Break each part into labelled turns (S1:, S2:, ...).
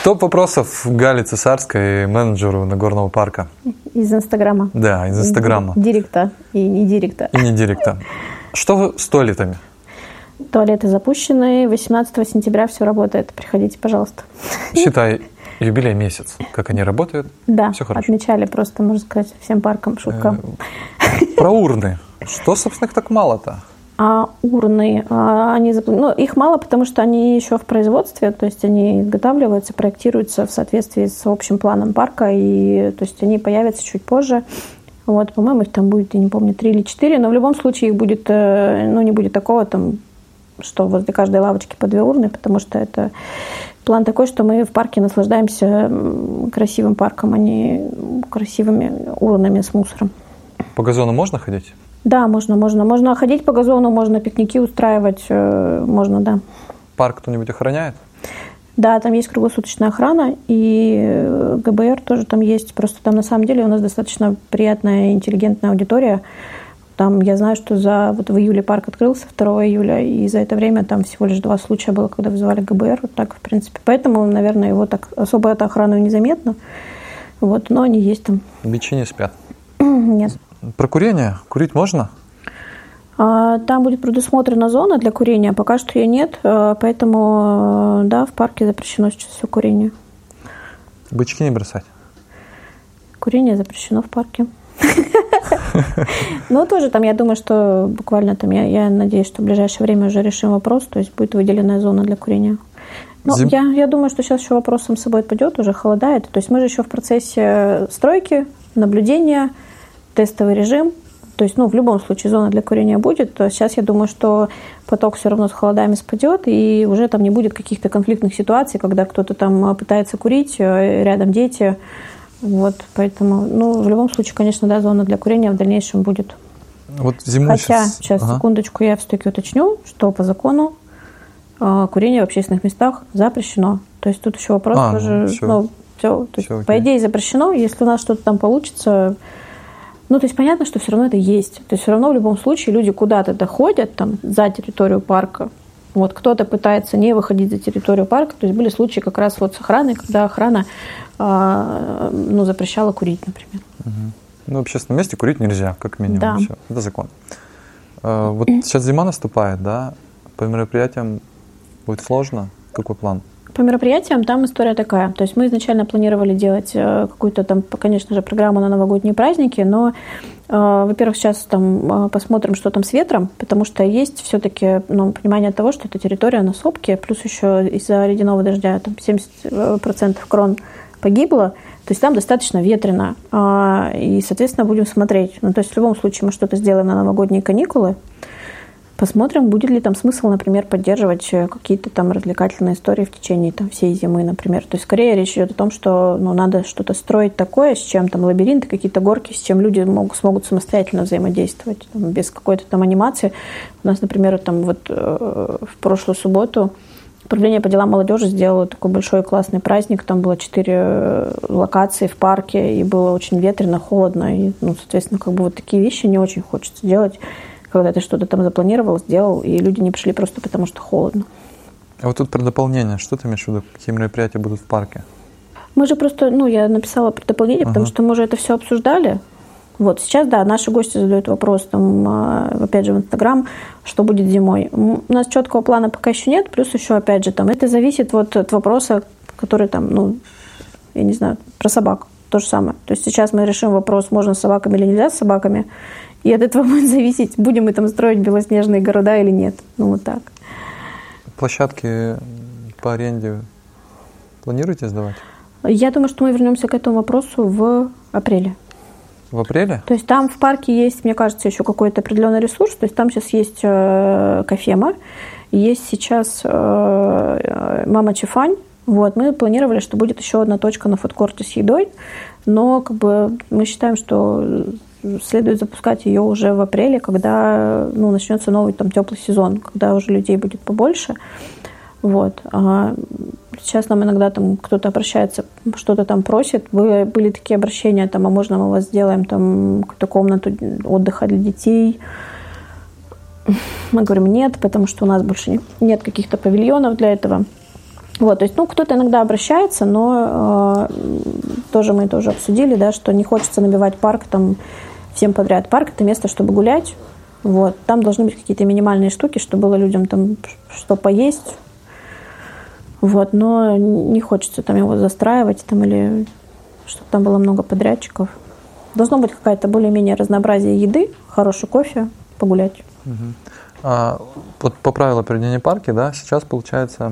S1: Топ вопросов Гали Цесарской, менеджеру Нагорного парка.
S2: Из Инстаграма.
S1: Да, из Инстаграма.
S2: Директа и не директа.
S1: И не директа. Что с туалетами?
S2: Туалеты запущены. 18 сентября все работает. Приходите, пожалуйста.
S1: Считай, юбилей месяц. Как они работают?
S2: Да,
S1: все хорошо.
S2: Отмечали просто, можно сказать, всем парком, шуткам.
S1: Про урны. Что, собственно, их так мало-то?
S2: А урны, их мало, потому что они еще в производстве, то есть они изготавливаются, проектируются в соответствии с общим планом парка, и то есть они появятся чуть позже. Вот, по-моему, их там будет, я не помню, 3 или 4, но в любом случае их будет, не будет такого там, что возле каждой лавочки по 2 урны, потому что это план такой, что мы в парке наслаждаемся красивым парком, а не красивыми урнами с мусором.
S1: По газону можно ходить?
S2: Да, можно. Можно ходить по газону, можно пикники устраивать, можно, да.
S1: Парк кто-нибудь охраняет?
S2: Да, там есть круглосуточная охрана, и ГБР тоже там есть. Просто там на самом деле у нас достаточно приятная, интеллигентная аудитория. Там я знаю, что в июле парк открылся, 2 июля, и за это время там всего лишь 2 случая было, когда вызывали ГБР. Вот так, в принципе. Поэтому, наверное, его так особо эту охрану незаметно. Вот, но они есть там.
S1: Бичи не спят?
S2: Нет.
S1: Про курение? Курить можно?
S2: Там будет предусмотрена зона для курения, пока что ее нет, поэтому, да, в парке запрещено сейчас все курение.
S1: Бычки не бросать?
S2: Курение запрещено в парке. Ну, тоже там, я думаю, что буквально там, я надеюсь, что в ближайшее время уже решим вопрос, то есть будет выделенная зона для курения. Ну, я думаю, что сейчас еще вопрос сам собой отпадет, уже холодает. То есть мы же еще в процессе стройки, наблюдения, тестовый режим. То есть, в любом случае зона для курения будет. То сейчас я думаю, что поток все равно с холодами спадет, и уже там не будет каких-то конфликтных ситуаций, когда кто-то там пытается курить, рядом дети. Вот, поэтому, в любом случае, конечно, да, зона для курения в дальнейшем будет.
S1: Вот зимой
S2: Хотя, сейчас, секундочку, я все-таки уточню, что по закону курение в общественных местах запрещено. То есть тут еще вопрос тоже, все. То есть, по идее запрещено, если у нас что-то там получится. То есть понятно, что все равно это есть. То есть все равно в любом случае люди куда-то доходят там за территорию парка. Вот кто-то пытается не выходить за территорию парка. То есть были случаи как раз вот с охраной, когда охрана запрещала курить, например.
S1: В общественном месте курить нельзя, как минимум.
S2: Да.
S1: Все. Это закон. Вот сейчас зима наступает, да? По мероприятиям будет сложно? Какой план?
S2: По мероприятиям там история такая. То есть мы изначально планировали делать какую-то там, конечно же, программу на новогодние праздники, но, во-первых, сейчас там посмотрим, что там с ветром, потому что есть все-таки понимание того, что эта территория на сопке, плюс еще из-за ледяного дождя там 70% крон погибло, то есть там достаточно ветрено. И, соответственно, будем смотреть. То есть в любом случае мы что-то сделаем на новогодние каникулы. Посмотрим, будет ли там смысл, например, поддерживать какие-то там развлекательные истории в течение всей зимы, например. То есть скорее речь идет о том, что надо что-то строить такое, с чем там лабиринты, какие-то горки, с чем люди смогут самостоятельно взаимодействовать, без какой-то там анимации. У нас, например, в прошлую субботу Управление по делам молодежи сделало такой большой классный праздник. Там было 4 локации в парке, и было очень ветрено, холодно. И, соответственно, вот такие вещи не очень хочется делать, когда ты что-то там запланировал, сделал, и люди не пришли просто потому, что холодно.
S1: А вот тут про дополнение. Что ты имеешь в виду? Какие мероприятия будут в парке?
S2: Мы же просто, я написала про дополнение, потому что мы уже это все обсуждали. Вот сейчас, да, наши гости задают вопрос, опять же, в Инстаграм, что будет зимой. У нас четкого плана пока еще нет, плюс еще, опять же, это зависит от вопроса, который я не знаю, про собак. То же самое. То есть сейчас мы решим вопрос, можно с собаками или нельзя с собаками, и от этого будет зависеть, будем мы там строить белоснежные города или нет. Вот так.
S1: Площадки по аренде планируете сдавать? Я
S2: думаю, что мы вернемся к этому вопросу в апреле.
S1: В апреле?
S2: То есть там в парке есть, мне кажется, еще какой-то определенный ресурс. То есть там сейчас есть кофема, есть сейчас мама Чифань. Вот, мы планировали, что будет еще одна точка на фудкорте с едой, но мы считаем, что следует запускать ее уже в апреле, когда начнется новый теплый сезон, когда уже людей будет побольше. Вот. А сейчас нам иногда кто-то обращается, что-то там просит. Были такие обращения, а можно мы у вас сделаем какую-то комнату отдыха для детей. Мы говорим нет, потому что у нас больше нет каких-то павильонов для этого. Вот, то есть, кто-то иногда обращается, но тоже мы это уже обсудили, да, что не хочется набивать парк там всем подряд. Парк – это место, чтобы гулять. Вот, там должны быть какие-то минимальные штуки, чтобы было людям там что поесть. Вот, но не хочется там его застраивать там, или чтобы там было много подрядчиков. Должно быть какая-то более-менее разнообразие еды, хороший кофе, погулять.
S1: Вот по правилам проведения парки, да, сейчас получается,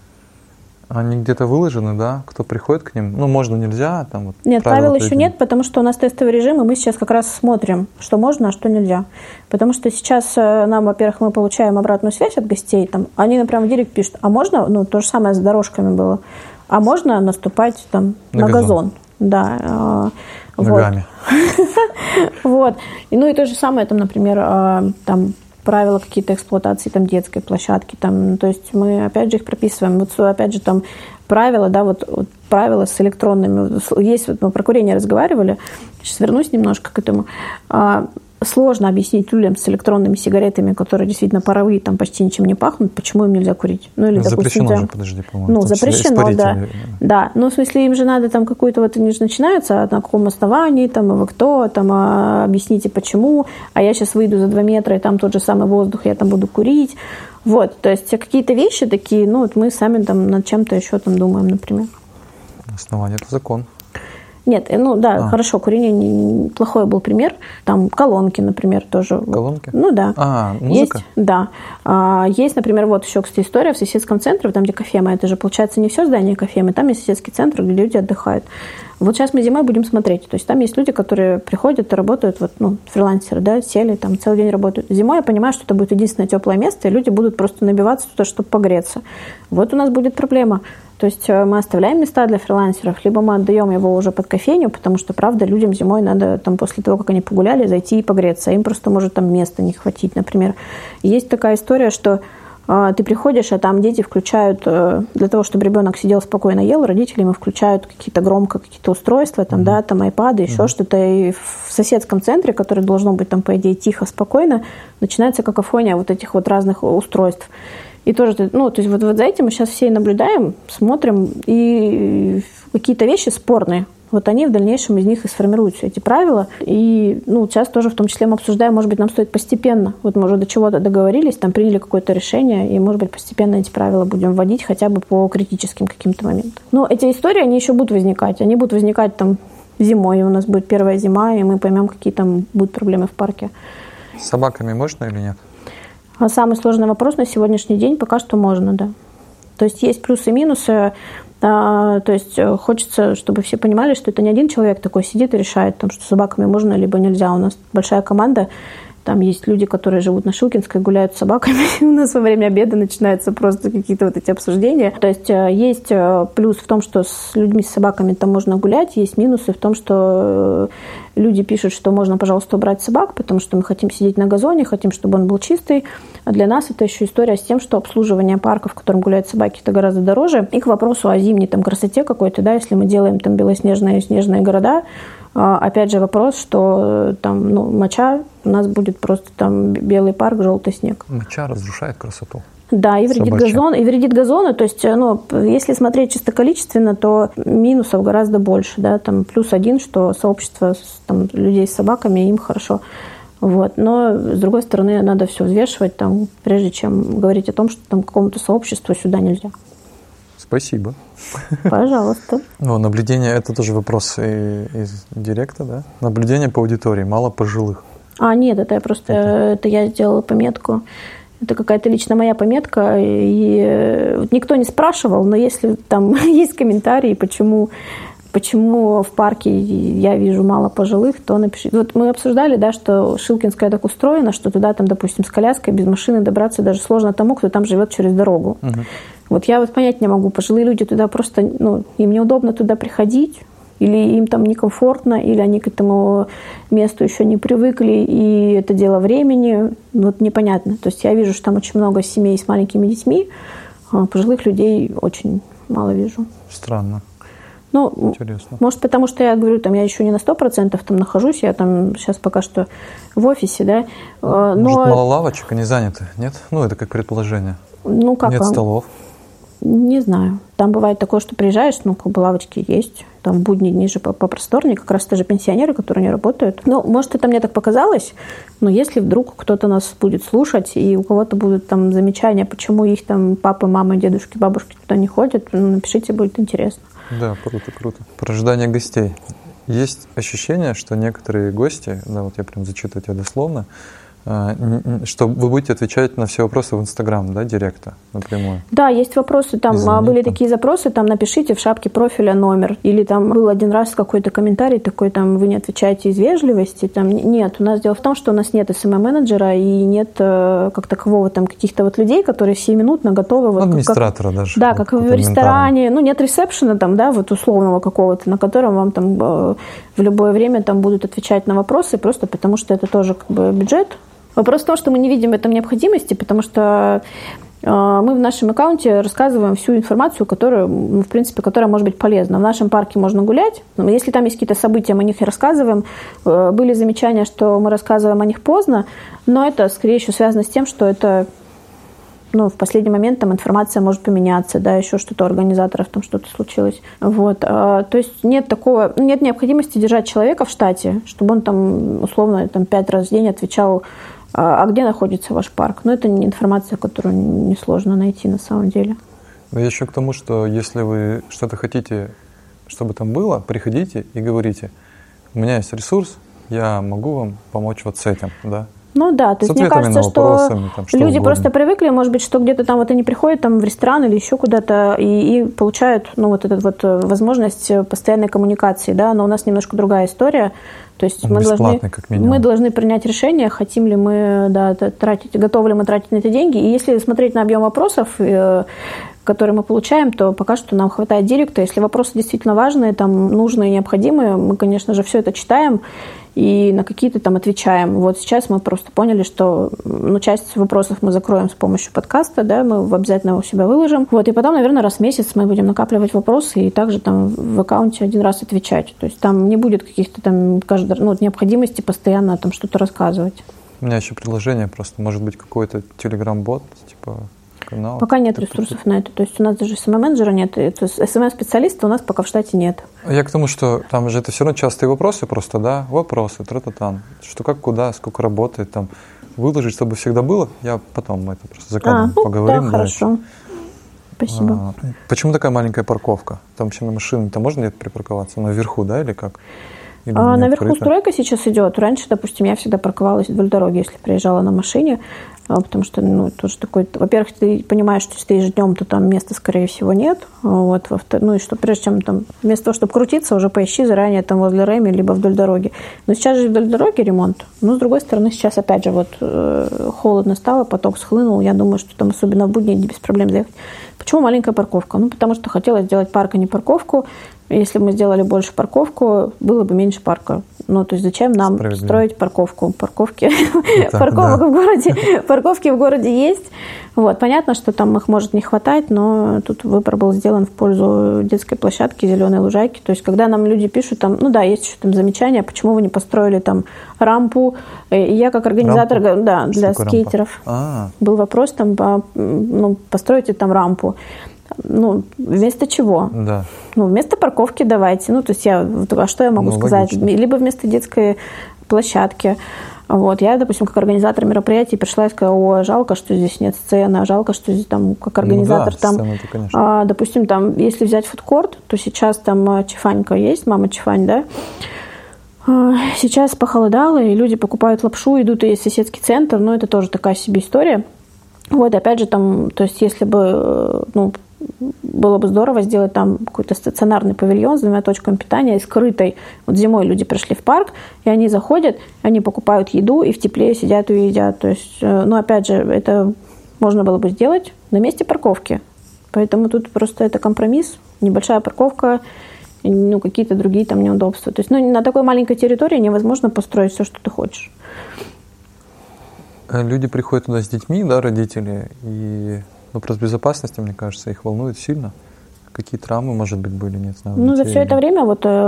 S1: они где-то выложены, да, кто приходит к ним, можно, нельзя, там вот.
S2: Нет, правил еще нет, потому что у нас тестовый режим, и мы сейчас как раз смотрим, что можно, а что нельзя. Потому что сейчас нам, во-первых, мы получаем обратную связь от гостей, там, они нам прямо в директ пишут, а можно, то же самое с дорожками было, а можно наступать там на газон. Да.
S1: Ногами.
S2: Вот. И то же самое, там, например, там правила какие-то эксплуатации там детской площадки, там, то есть мы опять же их прописываем. Вот опять же там правила, да, вот правила с электронными. Есть, вот мы про курение разговаривали, сейчас вернусь немножко к этому. Сложно объяснить людям с электронными сигаретами, которые действительно паровые, там почти ничем не пахнут, почему им нельзя курить. Или,
S1: запрещено
S2: допустим,
S1: же, подожди, по-моему.
S2: Запрещено, да. Да, в смысле, им же надо там какую-то, вот они же начинаются, на каком основании, там, и вы кто, там, объясните почему, а я сейчас выйду за 2 метра, и там тот же самый воздух, я там буду курить. Вот, то есть какие-то вещи такие, мы сами там над чем-то еще там думаем, например.
S1: Основание – это закон.
S2: Нет, хорошо, курение плохой был пример. Там колонки, например, тоже.
S1: Колонки?
S2: Да.
S1: Музыка?
S2: Есть, да. Есть, например, вот еще, кстати, история в соседском центре, там, где кофема, это же, получается, не все здание кофемы, там есть соседский центр, где люди отдыхают. Вот сейчас мы зимой будем смотреть. То есть там есть люди, которые приходят и работают, фрилансеры, да, сели, там целый день работают. Зимой я понимаю, что это будет единственное теплое место, и люди будут просто набиваться туда, чтобы погреться. Вот у нас будет проблема. То есть мы оставляем места для фрилансеров, либо мы отдаем его уже под кофейню, потому что, правда, людям зимой надо там после того, как они погуляли, зайти и погреться. Им просто может там места не хватить, например. Есть такая история, что ты приходишь, а там дети включают, для того, чтобы ребенок сидел спокойно ел, родители ему включают какие-то устройства, там, да, там айпады, еще что-то. И в соседском центре, который должно быть там, по идее, тихо, спокойно, начинается какофония вот этих вот разных устройств. И тоже, то есть вот за этим мы сейчас все и наблюдаем, смотрим, и какие-то вещи спорные. Вот они в дальнейшем из них и сформируются, эти правила. И сейчас тоже в том числе мы обсуждаем, может быть, нам стоит постепенно. Вот мы уже до чего-то договорились, там приняли какое-то решение, и, может быть, постепенно эти правила будем вводить хотя бы по критическим каким-то моментам. Но эти истории, они еще будут возникать. Они будут возникать там зимой, и у нас будет первая зима, и мы поймем, какие там будут проблемы в парке.
S1: С собаками можно или нет?
S2: А самый сложный вопрос на сегодняшний день пока что можно, да. То есть плюсы и минусы. То есть хочется, чтобы все понимали, что это не один человек такой сидит и решает, там, что с собаками можно, либо нельзя. У нас большая команда. Там есть люди, которые живут на Шилкинской, гуляют с собаками. У нас во время обеда начинаются просто какие-то вот эти обсуждения. То есть есть плюс в том, что с людьми с собаками там можно гулять. Есть минусы в том, что люди пишут, что можно, пожалуйста, убрать собак, потому что мы хотим сидеть на газоне, хотим, чтобы он был чистый. А для нас это еще история с тем, что обслуживание парка, в котором гуляют собаки, это гораздо дороже. И к вопросу о зимней там красоте какой-то, да, если мы делаем там белоснежные снежные города, опять же вопрос, что там, моча, у нас будет просто там белый парк, желтый снег.
S1: Моча разрушает красоту.
S2: Да, и вредит газону. То есть, если смотреть чисто количественно, то минусов гораздо больше, да, там +1, что сообщество там, людей с собаками, им хорошо. Вот. Но, с другой стороны, надо все взвешивать, там, прежде чем говорить о том, что там какому-то сообществу сюда нельзя.
S1: Спасибо.
S2: Пожалуйста.
S1: Наблюдение – это тоже вопрос из директа, да? Наблюдение по аудитории, мало пожилых.
S2: Нет, это я сделала пометку. Это какая-то лично моя пометка. И никто не спрашивал, но если там есть комментарии, почему в парке я вижу мало пожилых, то напишите. Вот мы обсуждали, да, что Шилкинская так устроена, что туда, там, допустим, с коляской без машины добраться даже сложно тому, кто там живет через дорогу. Угу. Вот я понять не могу, пожилые люди туда просто, им неудобно туда приходить, или им там некомфортно, или они к этому месту еще не привыкли, и это дело времени, вот непонятно. То есть я вижу, что там очень много семей с маленькими детьми, а пожилых людей очень мало вижу.
S1: Странно.
S2: Интересно. Может, потому что я говорю, там я еще не на 100% там нахожусь, я там сейчас пока что в офисе, да.
S1: Может, мало лавочек, они заняты, нет? Это как предположение.
S2: Как
S1: нет
S2: вам?
S1: Столов.
S2: Не знаю. Там бывает такое, что приезжаешь, лавочки есть. Там в будние дни же попросторнее, как раз те же пенсионеры, которые не работают. Может, это мне так показалось, но если вдруг кто-то нас будет слушать, и у кого-то будут там замечания, почему их там папы, мамы, дедушки, бабушки туда не ходят, напишите, будет интересно.
S1: Да, круто. Про ожидание гостей. Есть ощущение, что некоторые гости, я прям зачитаю тебя дословно, что вы будете отвечать на все вопросы в Инстаграм, директа напрямую? Да,
S2: есть вопросы, там были такие запросы, там напишите в шапке профиля номер, или там был один раз какой-то комментарий такой, там вы не отвечаете из вежливости, там нет, у нас дело в том, что у нас нет СММ-менеджера и нет как такового там каких-то людей, которые сиюминутно готовы.
S1: Администратора даже.
S2: Да, как в ресторане, нет ресепшена там, условного какого-то, на котором вам там в любое время там будут отвечать на вопросы, просто потому что это тоже бюджет. Вопрос в том, что мы не видим в этом необходимости, потому что мы в нашем аккаунте рассказываем всю информацию, которая может быть полезна. В нашем парке можно гулять. Если там есть какие-то события, мы о них и рассказываем. Были замечания, что мы рассказываем о них поздно, но это скорее еще связано с тем, что это в последний момент там информация может поменяться, еще что-то у организаторов, там что-то случилось. То есть нет необходимости держать человека в штате, чтобы он там условно 5 раз в день отвечал, а где находится ваш парк. Это не информация, которую несложно найти на самом деле.
S1: Еще к тому, что если вы что-то хотите, чтобы там было, приходите и говорите: у меня есть ресурс, я могу вам помочь с этим, да?
S2: То есть мне кажется, что люди просто привыкли, может быть, что где-то там они приходят там в ресторан или еще куда-то и получают возможность постоянной коммуникации, но у нас немножко другая история. То есть мы должны принять решение, хотим ли мы тратить, готовы ли мы тратить на это деньги. И если смотреть на объем вопросов, которые мы получаем, то пока что нам хватает директа. Если вопросы действительно важные, нужные, необходимые, мы, конечно же, все это читаем и на какие-то отвечаем. Сейчас мы просто поняли, что часть вопросов мы закроем с помощью подкаста, мы обязательно его у себя выложим. И потом, наверное, раз в месяц мы будем накапливать вопросы и также в аккаунте один раз отвечать. То есть там не будет каких-то необходимости постоянно что-то рассказывать.
S1: У меня еще предложение просто, может быть, какой-то телеграм-бот, канал.
S2: Пока нет ресурсов на это. То есть у нас даже СММ-менеджера нет. СММ-специалиста у нас пока в штате нет.
S1: Я к тому, что там же это все равно частые вопросы просто, вопросы, тра-та-тан. Что, как, куда, сколько работает, выложить, чтобы всегда было. Я потом это просто за кадром поговорим.
S2: Да, хорошо. Спасибо.
S1: Почему такая маленькая парковка? Там вообще на машине-то можно где-то припарковаться? Наверху, или как?
S2: Наверху стройка сейчас идет. Раньше, допустим, я всегда парковалась вдоль дороги, если приезжала на машине, потому что, тоже такой... Во-первых, ты понимаешь, что если ты едешь днем, то там места, скорее всего, нет. И что прежде чем вместо того, чтобы крутиться, уже поищи заранее возле Реми, либо вдоль дороги. Но сейчас же вдоль дороги ремонт. Но, с другой стороны, сейчас, опять же, холодно стало, поток схлынул. Я думаю, что там, особенно в будни, без проблем заехать. Почему маленькая парковка? Потому что хотелось сделать парк, а не парковку. Если бы мы сделали больше парковку, было бы меньше парка. То есть зачем нам строить парковку? Парковки в городе есть. Понятно, что там их может не хватать, но тут выбор был сделан в пользу детской площадки, зеленой лужайки. То есть когда нам люди пишут, есть еще замечания, почему вы не построили рампу. И я как организатор для скейтеров. Был вопрос, постройте рампу. Вместо чего?
S1: Да.
S2: Вместо парковки давайте. Что я могу сказать? Логично. Либо вместо детской площадки. Я, допустим, как организатор мероприятий пришла и сказала: жалко, что здесь нет сцены, жалко, что здесь как организатор
S1: сцена-то, конечно.
S2: Допустим, если взять фудкорт, то сейчас Чифанька есть, мама Чифань, Сейчас похолодало, и люди покупают лапшу, идут и есть соседский центр, но это тоже такая себе история. Опять же, то есть если бы, было бы здорово сделать какой-то стационарный павильон с 2 точками питания и скрытой. Зимой люди пришли в парк, и они заходят, они покупают еду и в тепле сидят и едят. То есть, опять же, это можно было бы сделать на месте парковки. Поэтому тут просто это компромисс, небольшая парковка, какие-то другие неудобства. То есть, на такой маленькой территории невозможно построить все, что ты хочешь.
S1: Люди приходят туда с детьми, родители, и вопрос безопасности, мне кажется, их волнует сильно. Какие травмы, может быть, были, не знаю.
S2: За все это время,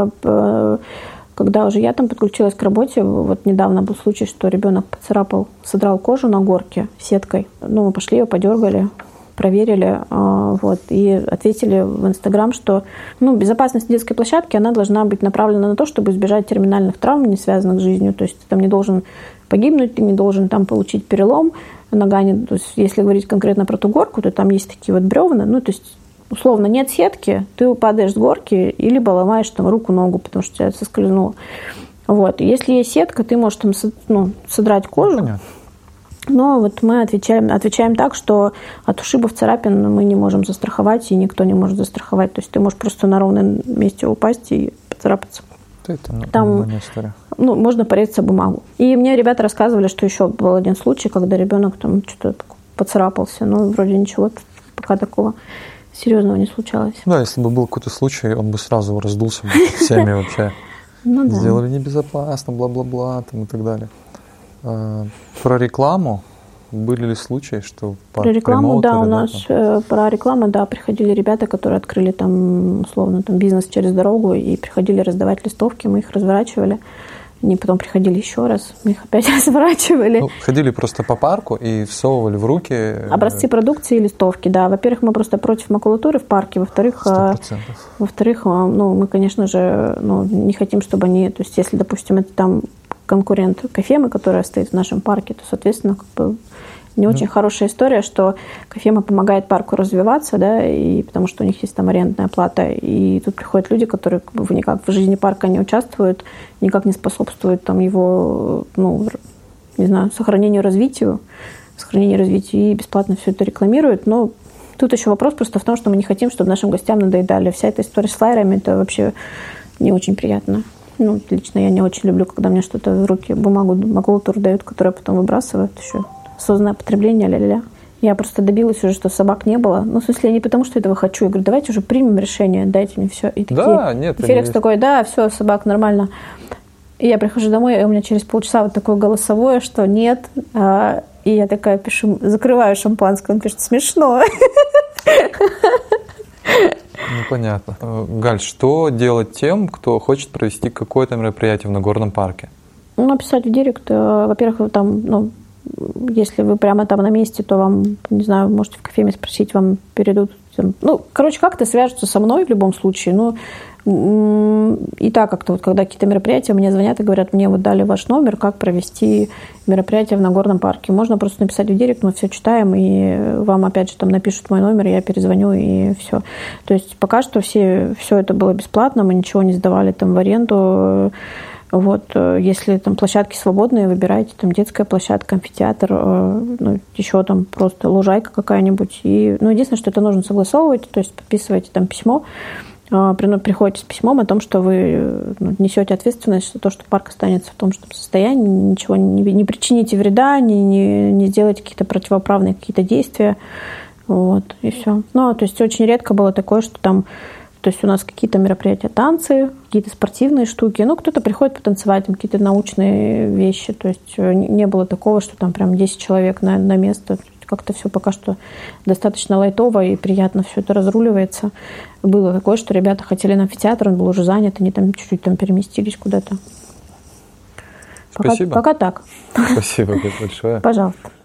S2: когда уже я подключилась к работе, недавно был случай, что ребенок содрал кожу на горке сеткой. Мы пошли ее подергали, проверили. Вот, и ответили в Инстаграм, что безопасность детской площадки, она должна быть направлена на то, чтобы избежать терминальных травм, не связанных с жизнью. То есть ты там не должен погибнуть, ты не должен там получить перелом нога. То есть если говорить конкретно про ту горку, то там есть такие вот бревна. То есть условно нет сетки, ты падаешь с горки и либо ломаешь там руку-ногу, потому что тебя соскользнуло. Вот. Если есть сетка, ты можешь там содрать кожу.
S1: Понятно.
S2: Но вот мы отвечаем так, что от ушибов, царапин мы не можем застраховать, и никто не может застраховать. То есть ты можешь просто на ровном месте упасть и поцарапаться.
S1: Это
S2: там
S1: история.
S2: Можно порезаться бумагу. И мне ребята рассказывали, что еще был один случай, когда ребенок там что-то поцарапался. Вроде ничего, пока такого серьезного не случалось.
S1: Да, если бы был какой-то случай, он бы сразу раздулся всеми вообще. Сделали небезопасно, бла-бла-бла там и так далее. Про рекламу были ли случаи, что
S2: про рекламу, да, у нас про рекламу, да, приходили ребята, которые открыли там условно там бизнес через дорогу и приходили раздавать листовки, мы их разворачивали. Они потом приходили еще раз, мы их опять разворачивали.
S1: Ходили просто по парку и всовывали в руки...
S2: Образцы продукции и листовки, да. Во-первых, мы просто против макулатуры в парке. Во-вторых,
S1: 100%.
S2: Мы, конечно же, не хотим, чтобы они... То есть, если, допустим, это там конкурент Кофемы, которая стоит в нашем парке, то, соответственно, не очень хорошая история, что Кофема помогает парку развиваться, да, и потому что у них есть там арендная плата, и тут приходят люди, которые никак в жизни парка не участвуют, никак не способствуют там его, сохранению, развитию, и бесплатно все это рекламируют. Но тут еще вопрос просто в том, что мы не хотим, чтобы нашим гостям надоедали. Вся эта история с флайерами, это вообще не очень приятно. Лично я не очень люблю, когда мне что-то в руки, бумагу, макулатуру дают, которую потом выбрасывают еще. Осознанное потребление, ля-ля-ля. Я просто добилась уже, что собак не было. В смысле, я не потому, что этого хочу. Я говорю, давайте уже примем решение, дайте мне все. И
S1: да, нет.
S2: Феликс такой, да, все, собак нормально. И я прихожу домой, и у меня через полчаса вот такое голосовое, что нет. И я такая пишу, закрываю шампанское. Он пишет, смешно.
S1: Понятно. Галь, что делать тем, кто хочет провести какое-то мероприятие в Нагорном парке?
S2: Написать в директ. Во-первых, там, если вы прямо там на месте, то вам, не знаю, можете в Кофеме спросить, вам перейдут. Как-то свяжутся со мной в любом случае. И так как-то когда какие-то мероприятия мне звонят и говорят, мне дали ваш номер, как провести мероприятие в Нагорном парке. Можно просто написать в директ, мы все читаем, и вам опять же там напишут мой номер, я перезвоню, и все. То есть пока что все это было бесплатно, мы ничего не сдавали там в аренду. Если там площадки свободные, выбирайте там детская площадка, амфитеатр, еще там просто лужайка какая-нибудь. И, единственное, что это нужно согласовывать, то есть подписывайте там письмо, приходите с письмом о том, что вы несете ответственность за то, что парк останется в том же состоянии, ничего не причините вреда, не сделайте какие-то противоправные какие-то действия. И все. То есть очень редко было такое, что там... То есть у нас какие-то мероприятия, танцы, какие-то спортивные штуки. Кто-то приходит потанцевать, там какие-то научные вещи. То есть не было такого, что там прям 10 человек на место. Как-то все пока что достаточно лайтово и приятно все это разруливается. Было такое, что ребята хотели на амфитеатр, он был уже занят, они там чуть-чуть переместились куда-то.
S1: Спасибо.
S2: Пока так.
S1: Спасибо большое.
S2: Пожалуйста.